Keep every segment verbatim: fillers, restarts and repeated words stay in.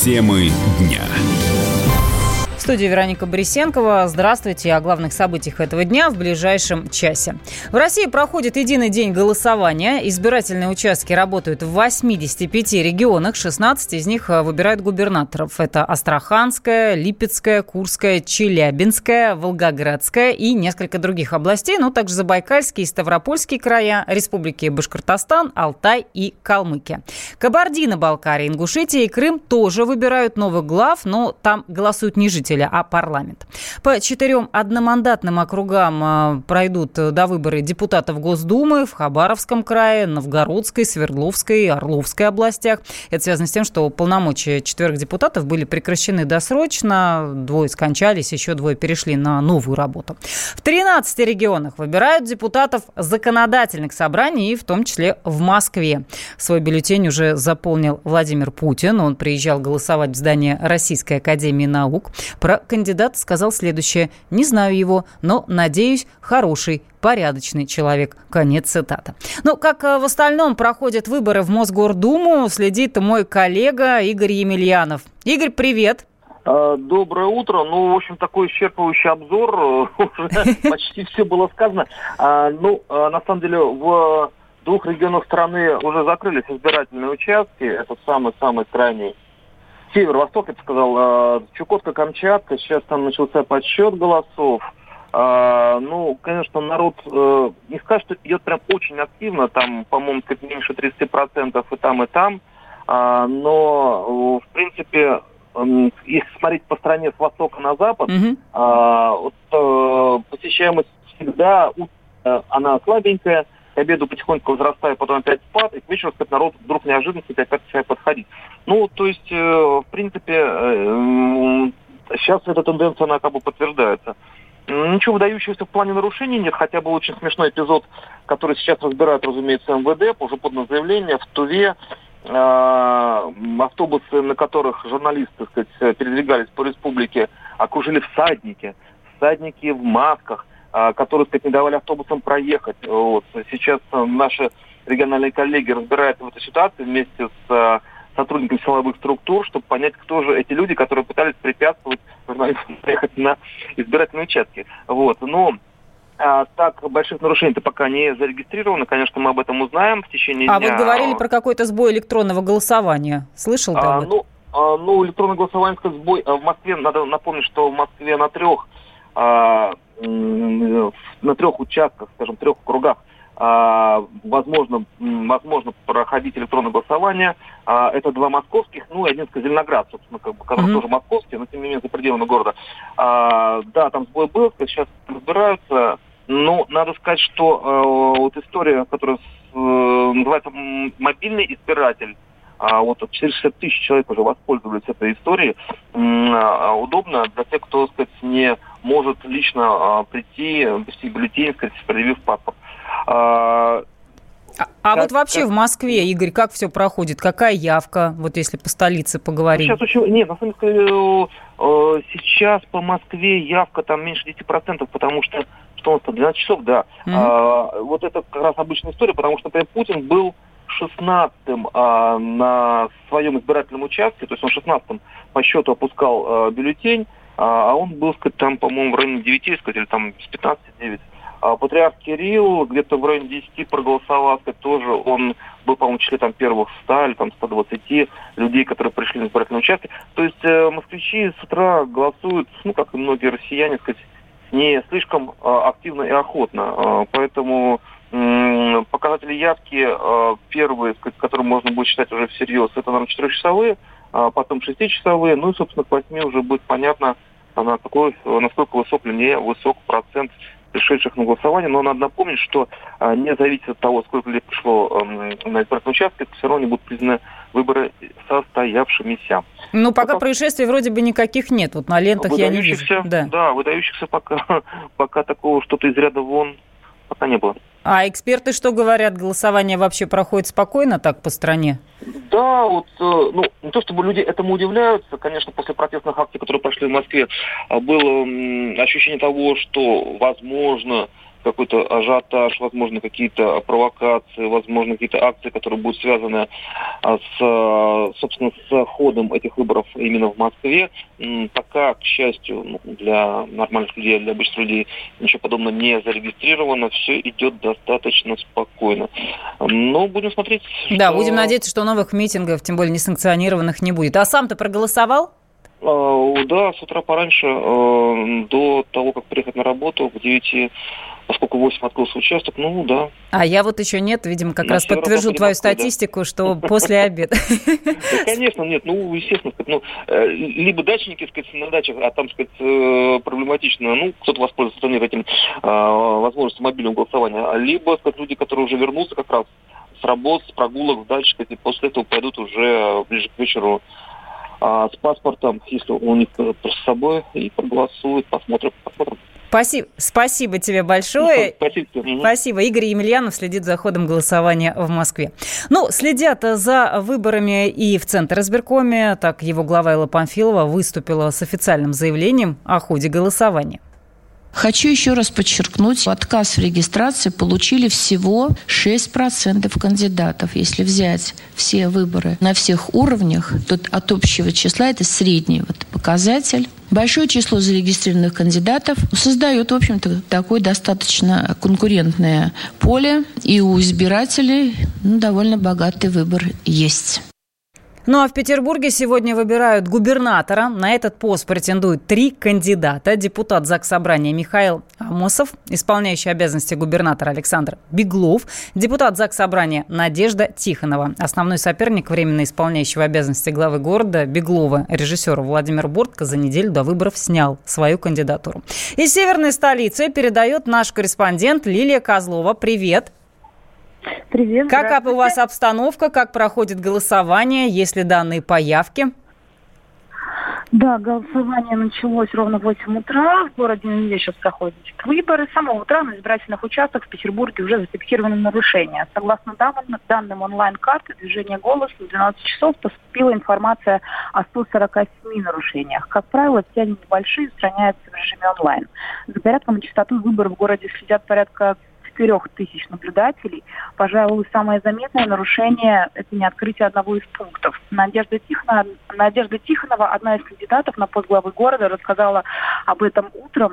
Темы дня. В студии Вероника Борисенкова. Здравствуйте. О главных событиях этого дня в ближайшем часе. В России проходит единый день голосования. Избирательные участки работают в восьмидесяти пяти регионах. шестнадцать из них выбирают губернаторов. Это Астраханская, Липецкая, Курская, Челябинская, Волгоградская и несколько других областей, но также Забайкальский и Ставропольский края, республики Башкортостан, Алтай и Калмыкия. Кабардино-Балкария, Ингушетия и Крым тоже выбирают новых глав, но там голосуют не жители, а парламент. По четырем одномандатным округам пройдут до выборы депутатов Госдумы в Хабаровском крае, Новгородской, Свердловской и Орловской областях. Это связано с тем, что полномочия четверых депутатов были прекращены досрочно, двое скончались, еще двое перешли на новую работу. В тринадцати регионах выбирают депутатов законодательных собраний, и в том числе в Москве. Свой бюллетень уже заполнил Владимир Путин. Он приезжал голосовать в здание Российской академии наук. Про кандидата сказал следующее: «Не знаю его, но, надеюсь, хороший, порядочный человек». Конец цитаты. Ну, как в остальном проходят выборы в Мосгордуму, следит мой коллега Игорь Емельянов. Игорь, привет. Доброе утро. Ну, в общем, такой исчерпывающий обзор. Уже почти все было сказано. Ну, на самом деле, в двух регионах страны уже закрылись избирательные участки. Это самый-самый крайний северо-восток, я бы сказал, Чукотка-Камчатка. Сейчас там начался подсчет голосов. Ну, конечно, народ, не скажет, что идет прям очень активно. Там, по-моему, меньше тридцать процентов и там, и там. Но, в принципе, если смотреть по стране с востока на запад, mm-hmm. вот, посещаемость всегда, она слабенькая. К обеду потихоньку возрастает, потом опять спад, и к вечеру, как народ вдруг неожиданно опять начинает подходить. Ну, то есть, э, в принципе, э, сейчас эта тенденция, она как бы подтверждается. Ничего выдающегося в плане нарушений нет, хотя был очень смешной эпизод, который сейчас разбирают, разумеется, эм вэ дэ, уже подано заявление, в Туве э, автобусы, на которых журналисты, так сказать, передвигались по республике, окружили всадники, всадники в масках, которые, так сказать, не давали автобусам проехать. Вот. Сейчас наши региональные коллеги разбираются в этой ситуации вместе с сотрудниками силовых структур, чтобы понять, кто же эти люди, которые пытались препятствовать журналистам проехать на избирательные участки. Вот. Но а, так больших нарушений-то пока не зарегистрировано. Конечно, мы об этом узнаем в течение а дня. А вот говорили про какой-то сбой электронного голосования. Слышал ты об этом? Ну, а, ну, электронное голосование, сбой. В Москве, надо напомнить, что в Москве на трех а, на трех участках, скажем, трех округах возможно, возможно проходить электронное голосование. Это два московских, ну и один Зеленоград, собственно, как бы, который mm-hmm. тоже московский, но тем не менее за пределами города. Да, там сбой был, сейчас разбираются. Но надо сказать, что вот история, которая называется «Мобильный избиратель», А вот четыреста шестьдесят тысяч человек уже воспользовались этой историей. Удобно для тех, кто, так сказать, не может лично прийти, вести бюллетень, сказать, предъявив паспорт. А, а как, вот вообще как... в Москве, Игорь, как все проходит? Какая явка, вот если по столице поговорить? Сейчас очень... Нет, на самом деле, сейчас по Москве явка там меньше десяти процентов, потому что, что у нас там двенадцать часов, да. Mm-hmm. А, вот это как раз обычная история, потому что, например, Путин был шестнадцатым а, на своем избирательном участке, то есть он шестнадцатым по счету опускал а, бюллетень, а, а он был, сказать, там, по-моему, в районе девяти, сказать, или там с пятнадцати девять. А патриарх Кирилл где-то в районе десяти проголосовал, сказать, тоже он был, по-моему, в числе там первых ста или там ста двадцати людей, которые пришли на избирательные участки. То есть э, москвичи с утра голосуют, ну, как и многие россияне, сказать, не слишком э, активно и охотно. Э, поэтому э, показатели явки э, первые, сказать, которые можно будет считать уже всерьез, это, наверное, четырехчасовые, э, потом шестичасовые, ну и, собственно, к восьми уже будет понятно, на какой, насколько высок или не высок процент пришедших на голосование. Но надо напомнить, что а, не зависит от того, сколько людей пришло а, на избирательный участок, все равно не будут признаны выборы состоявшимися. Ну, пока вот, происшествий вроде бы никаких нет. Вот на лентах я не вижу. Да, да, выдающихся пока, пока такого что-то из ряда вон пока не было. А эксперты что говорят? Голосование вообще проходит спокойно так по стране? Да, вот, ну, не то чтобы люди этому удивляются, конечно, после протестных акций, которые прошли в Москве, было ощущение того, что, возможно, какой-то ажиотаж, возможно, какие-то провокации, возможно, какие-то акции, которые будут связаны с, собственно, с ходом этих выборов именно в Москве. Пока, к счастью, ну, для нормальных людей, для обычных людей ничего подобного не зарегистрировано, все идет достаточно спокойно. Но будем смотреть. Да, что... будем надеяться, что новых митингов, тем более несанкционированных, не будет. А сам ты проголосовал? Да, с утра пораньше, до того, как приехать на работу, к девяти, поскольку в восемь открылся участок, ну да. А я вот еще нет, видимо, как раз подтвержу твою статистику, что после обеда. Да, конечно, нет, ну, естественно, ну, либо дачники, сказать, на дачах, а там, сказать, проблематично, ну, кто-то воспользуется этим возможностью мобильного голосования, либо, сказать, люди, которые уже вернутся как раз с работ, с прогулок, с дач, сказать, и после этого пойдут уже ближе к вечеру с паспортом, если у них с собой, и проголосуют, посмотрим, посмотрим. Спасибо, спасибо тебе большое. Спасибо. Спасибо. Игорь Емельянов следит за ходом голосования в Москве. Ну, следят за выборами и в Центр избиркоме. Так, его глава Элла Памфилова выступила с официальным заявлением о ходе голосования. Хочу еще раз подчеркнуть, отказ в регистрации получили всего шесть процентов кандидатов. Если взять все выборы на всех уровнях, то от общего числа это средний вот показатель. Большое число зарегистрированных кандидатов создает, в общем-то, такое достаточно конкурентное поле, и у избирателей ну, довольно богатый выбор есть. Ну а в Петербурге сегодня выбирают губернатора. На этот пост претендуют три кандидата. Депутат Заксобрания Михаил Амосов, исполняющий обязанности губернатора Александр Беглов, депутат Заксобрания Надежда Тихонова. Основной соперник временно исполняющего обязанности главы города Беглова, режиссера Владимир Бортко, за неделю до выборов снял свою кандидатуру. Из северной столицы передает наш корреспондент Лилия Козлова. Привет! Привет, как у вас обстановка, как проходит голосование, есть ли данные по явке? Да, голосование началось ровно в восемь утра. В городе Неве сейчас проходят выборы. С самого утра на избирательных участках в Петербурге уже зафиксированы нарушения. Согласно данным, данным онлайн-карты движения «Голос» в двенадцать часов поступила информация о сто сорока семи нарушениях. Как правило, все они небольшие, устраняются в режиме онлайн. За порядком и частотой выборов в городе следят порядка четырех тысяч наблюдателей. Пожалуй, самое заметное нарушение – это не открытие одного из пунктов. Надежда Тихонова, Надежда Тихонова, одна из кандидатов на пост главы города, рассказала об этом утром.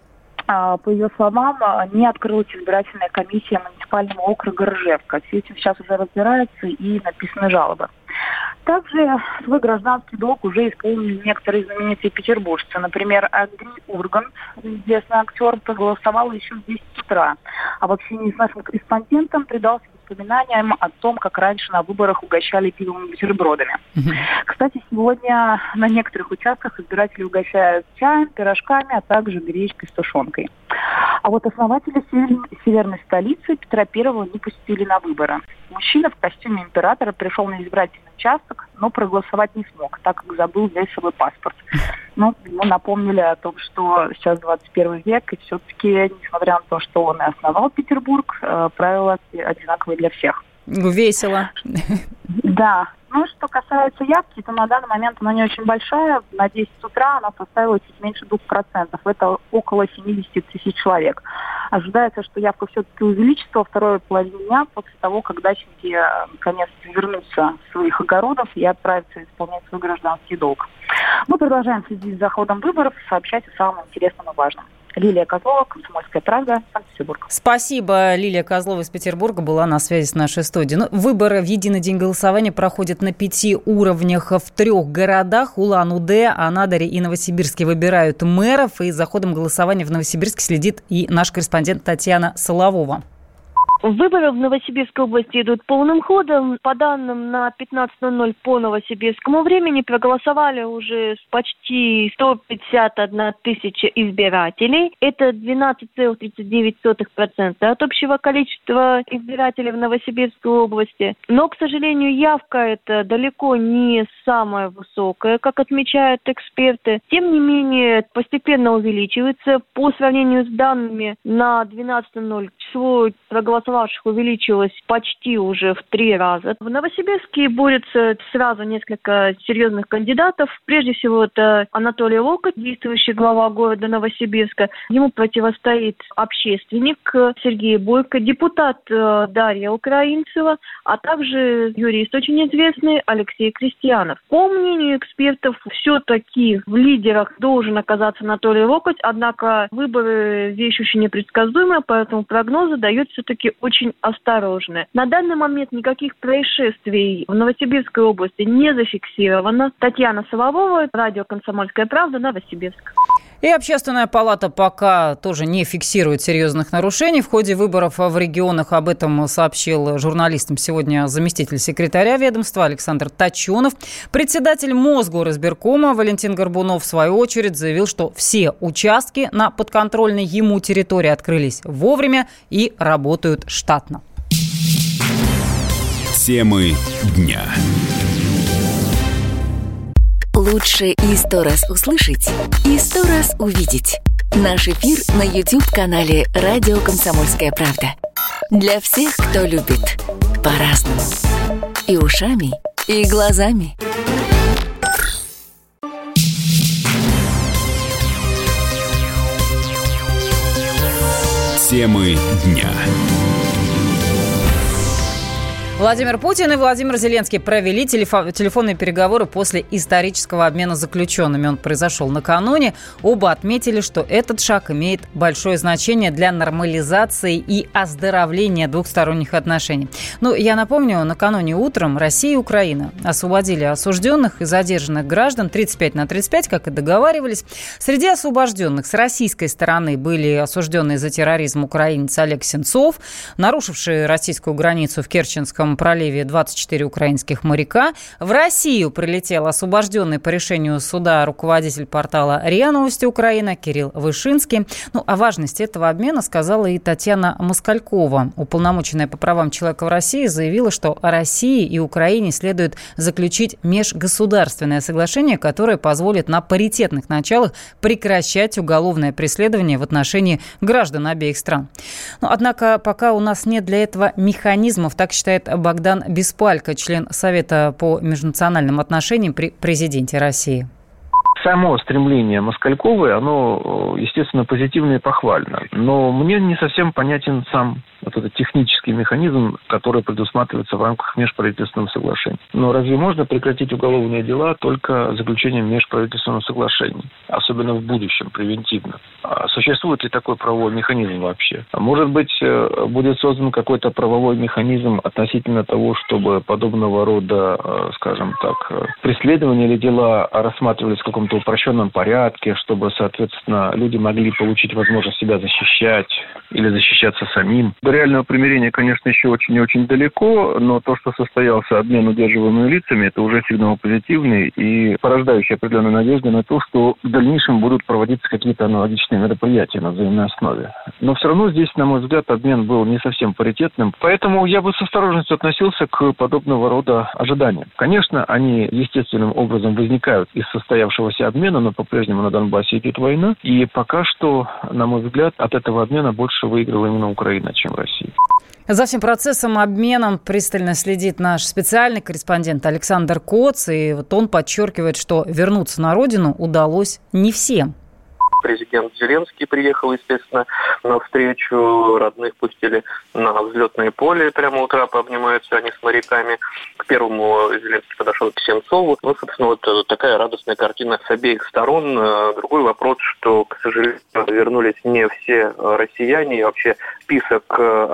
По ее словам, не открылась избирательная комиссия муниципального округа Ржевка. Все этим сейчас уже разбираются и написаны жалобы. Также свой гражданский долг уже исполнили некоторые знаменитые петербуржцы. Например, Андрей Урган, известный актер, проголосовал еще в десять утра. А в общении с нашим корреспондентом предался воспоминаниям о том, как раньше на выборах угощали пивом и бутербродами. Mm-hmm. Кстати, сегодня на некоторых участках избиратели угощают чаем, пирожками, а также гречкой с тушенкой. А вот основатели северной столицы Петра Первого не пустили на выборы. Мужчина в костюме императора пришел на избирательный участок, но проголосовать не смог, так как забыл взять свой паспорт. Но ему напомнили о том, что сейчас двадцать первый век, и все-таки, несмотря на то, что он и основал Петербург, правила одинаковые для всех. Весело. Да. Ну, что касается явки, то на данный момент она не очень большая. На десять утра она составила чуть меньше двух процентов. Это около семьдесят тысяч человек. Ожидается, что явка все-таки увеличится во второй половине дня, после того, как дачники наконец-то вернутся с своих огородов и отправятся исполнять свой гражданский долг. Мы продолжаем следить за ходом выборов, сообщать о самом интересном и важном. Лилия Козлова, «Комсомольская правда», Санкт-Петербург. Спасибо. Лилия Козлова из Петербурга была на связи с нашей студией. Ну, выборы в единый день голосования проходят на пяти уровнях в трех городах. Улан-Удэ, Анадырь и Новосибирске выбирают мэров. И за ходом голосования в Новосибирске следит и наш корреспондент Татьяна Соловова. Выборы в Новосибирской области идут полным ходом. По данным на пятнадцать ноль ноль по новосибирскому времени проголосовали уже почти сто пятьдесят одна тысяча избирателей. Это двенадцать целых тридцать девять сотых процента от общего количества избирателей в Новосибирской области. Но, к сожалению, явка это далеко не самая высокая, как отмечают эксперты. Тем не менее, постепенно увеличивается. По сравнению с данными на двенадцать ноль ноль число проголосовавших увеличилось почти уже в три раза. В Новосибирске борются сразу несколько серьезных кандидатов. Прежде всего, это Анатолий Локоть, действующий глава города Новосибирска. Ему противостоит общественник Сергей Бойко, депутат Дарья Украинцева, а также юрист очень известный Алексей Крестьянов. По мнению экспертов, все-таки в лидерах должен оказаться Анатолий Локоть, однако выборы вещь очень непредсказуемая, поэтому прогнозы дают все-таки очень осторожные. На данный момент никаких происшествий в Новосибирской области не зафиксировано. Татьяна Соловова, радио «Комсомольская правда», Новосибирск. И Общественная палата пока тоже не фиксирует серьезных нарушений. В ходе выборов в регионах об этом сообщил журналистам сегодня заместитель секретаря ведомства Александр Точенов. Председатель Мосгоризбиркома Валентин Горбунов в свою очередь заявил, что все участки на подконтрольной ему территории открылись вовремя и работают штатно. Темы дня. Лучше и сто раз услышать, и сто раз увидеть. Наш эфир на YouTube-канале «Радио Комсомольская правда». Для всех, кто любит по-разному. И ушами, и глазами. Темы дня. Владимир Путин и Владимир Зеленский провели телефо- телефонные переговоры после исторического обмена заключенными. Он произошел накануне. Оба отметили, что этот шаг имеет большое значение для нормализации и оздоровления двухсторонних отношений. Ну, я напомню, накануне утром Россия и Украина освободили осужденных и задержанных граждан тридцать пять на тридцать пять, как и договаривались. Среди освобожденных с российской стороны были осужденные за терроризм украинец Олег Сенцов, нарушивший российскую границу в Керченском проливе двадцать четыре украинских моряка. В Россию прилетел освобожденный по решению суда руководитель портала РИА Новости Украина Кирилл Вышинский. Ну, о важности этого обмена сказала и Татьяна Москалькова. Уполномоченная по правам человека в России заявила, что России и Украине следует заключить межгосударственное соглашение, которое позволит на паритетных началах прекращать уголовное преследование в отношении граждан обеих стран. Но, однако, пока у нас нет для этого механизмов, так считает Богдан Беспалько, член Совета по межнациональным отношениям при президенте России. Само стремление Москальковой, оно, естественно, позитивно и похвально. Но мне не совсем понятен сам вот этот технический механизм, который предусматривается в рамках межправительственного соглашения. Но разве можно прекратить уголовные дела только заключением межправительственного соглашения? Особенно в будущем, превентивно. А существует ли такой правовой механизм вообще? Может быть, будет создан какой-то правовой механизм относительно того, чтобы подобного рода, скажем так, преследования или дела рассматривались в каком-то упрощенном порядке, чтобы, соответственно, люди могли получить возможность себя защищать или защищаться самим. До реального примирения, конечно, еще очень и очень далеко, но то, что состоялся обмен удерживаемыми лицами, это уже сигнал позитивный и порождающий определенную надежду на то, что в дальнейшем будут проводиться какие-то аналогичные мероприятия на взаимной основе. Но все равно здесь, на мой взгляд, обмен был не совсем паритетным, поэтому я бы с осторожностью относился к подобного рода ожиданиям. Конечно, они естественным образом возникают из состоявшегося обмена, но по-прежнему на Донбассе идет война, и пока что, на мой взгляд, от этого обмена больше выиграла именно Украина, чем Россия. За всем процессом обменом пристально следит наш специальный корреспондент Александр Коц, и вот он подчеркивает, что вернуться на родину удалось не всем. Президент Зеленский приехал, естественно, на встречу. Родных пустили на взлетное поле. Прямо у трапа обнимаются они с моряками. К первому Зеленский подошел к Сенцову. Ну, собственно, вот такая радостная картина с обеих сторон. Другой вопрос, что, к сожалению, вернулись не все россияне. И вообще список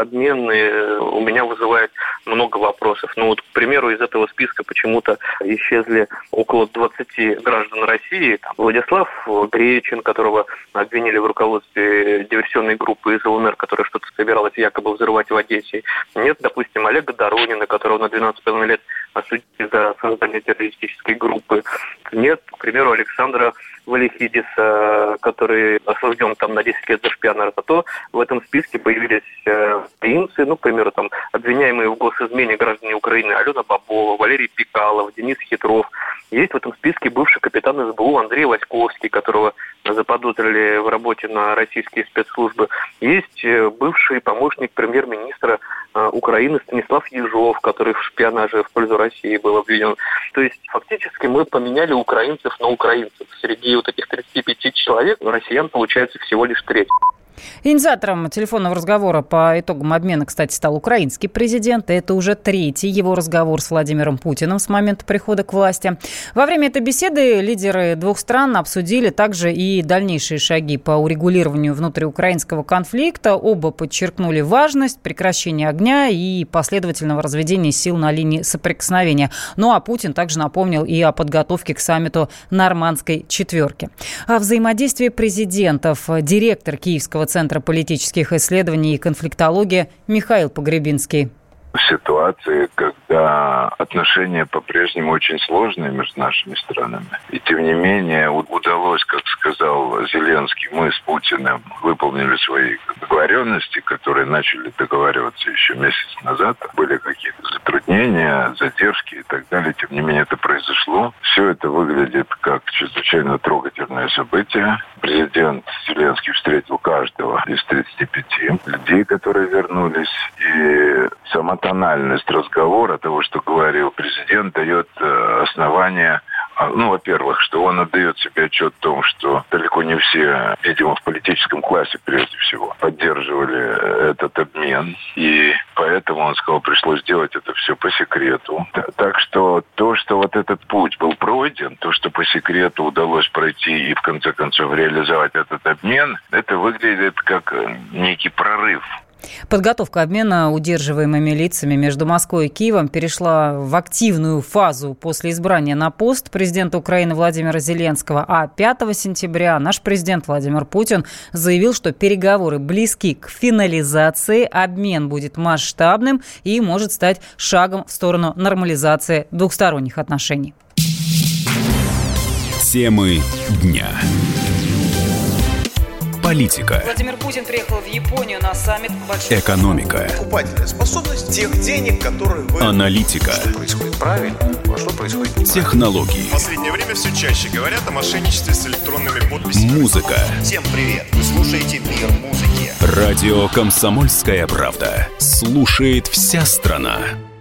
обменный у меня вызывает много вопросов. Ну, вот, к примеру, из этого списка почему-то исчезли около двадцати граждан России. Там Владислав Гречин, которого обвинили в руководстве диверсионной группы из ЛНР, которая что-то собиралась якобы взрывать в Одессе. Нет, допустим, Олега Доронина, которого на двенадцать с половиной лет осудили за создание террористической группы. Нет, к примеру, Александра Валихидиса, который осужден там на десять лет за шпионаж. Зато в этом списке появились украинцы, ну, к примеру, там обвиняемые в госизмене граждане Украины Алена Бабова, Валерий Пикалов, Денис Хитров. Есть в этом списке бывший капитан эс бэ у Андрей Васьковский, которого заподозрили в работе на российские спецслужбы. Есть бывший помощник премьер-министра Украины Станислав Ежов, который в шпионаже в пользу России был обвинен. То есть фактически мы поменяли украинцев на украинцев. Среди вот этих тридцати пяти человек россиян получается всего лишь треть. Инициатором телефонного разговора по итогам обмена, кстати, стал украинский президент. Это уже третий его разговор с Владимиром Путиным с момента прихода к власти. Во время этой беседы лидеры двух стран обсудили также и дальнейшие шаги по урегулированию внутриукраинского конфликта. Оба подчеркнули важность прекращения огня и последовательного разведения сил на линии соприкосновения. Ну а Путин также напомнил и о подготовке к саммиту Нормандской четверки. О взаимодействии президентов директор Киевского Центра политических исследований и конфликтологии Михаил Погребинский. В ситуации, когда отношения по-прежнему очень сложные между нашими странами. И тем не менее удалось, как сказал Зеленский, мы с Путиным выполнили свои договоренности, которые начали договариваться еще месяц назад. Были какие-то затруднения, задержки и так далее. Тем не менее это произошло. Все это выглядит как чрезвычайно трогательное событие. Президент Зеленский встретил каждого из тридцати пяти людей, которые вернулись. И сама тональность разговора, того, что говорил президент, дает основания, ну, во-первых, что он отдает себе отчет в том, что далеко не все, видимо, в политическом классе, прежде всего, поддерживали этот обмен, и поэтому, он сказал, пришлось делать это все по секрету. Так что то, что вот этот путь был пройден, то, что по секрету удалось пройти и, в конце концов, реализовать этот обмен, это выглядит как некий прорыв. Подготовка обмена удерживаемыми лицами между Москвой и Киевом перешла в активную фазу после избрания на пост президента Украины Владимира Зеленского. А пятого сентября наш президент Владимир Путин заявил, что переговоры близки к финализации, обмен будет масштабным и может стать шагом в сторону нормализации двухсторонних отношений. Темы дня. Политика. Владимир Путин приехал в Японию на саммит большой... Экономика. Покупательная способность тех денег, которые вы... Аналитика. Что происходит правильно, а что происходит неправильно. Технологии. В последнее время все чаще говорят о мошенничестве с электронными подписями. Музыка. Всем привет. Вы слушаете «Мир музыки». Радио «Комсомольская правда». Слушает вся страна.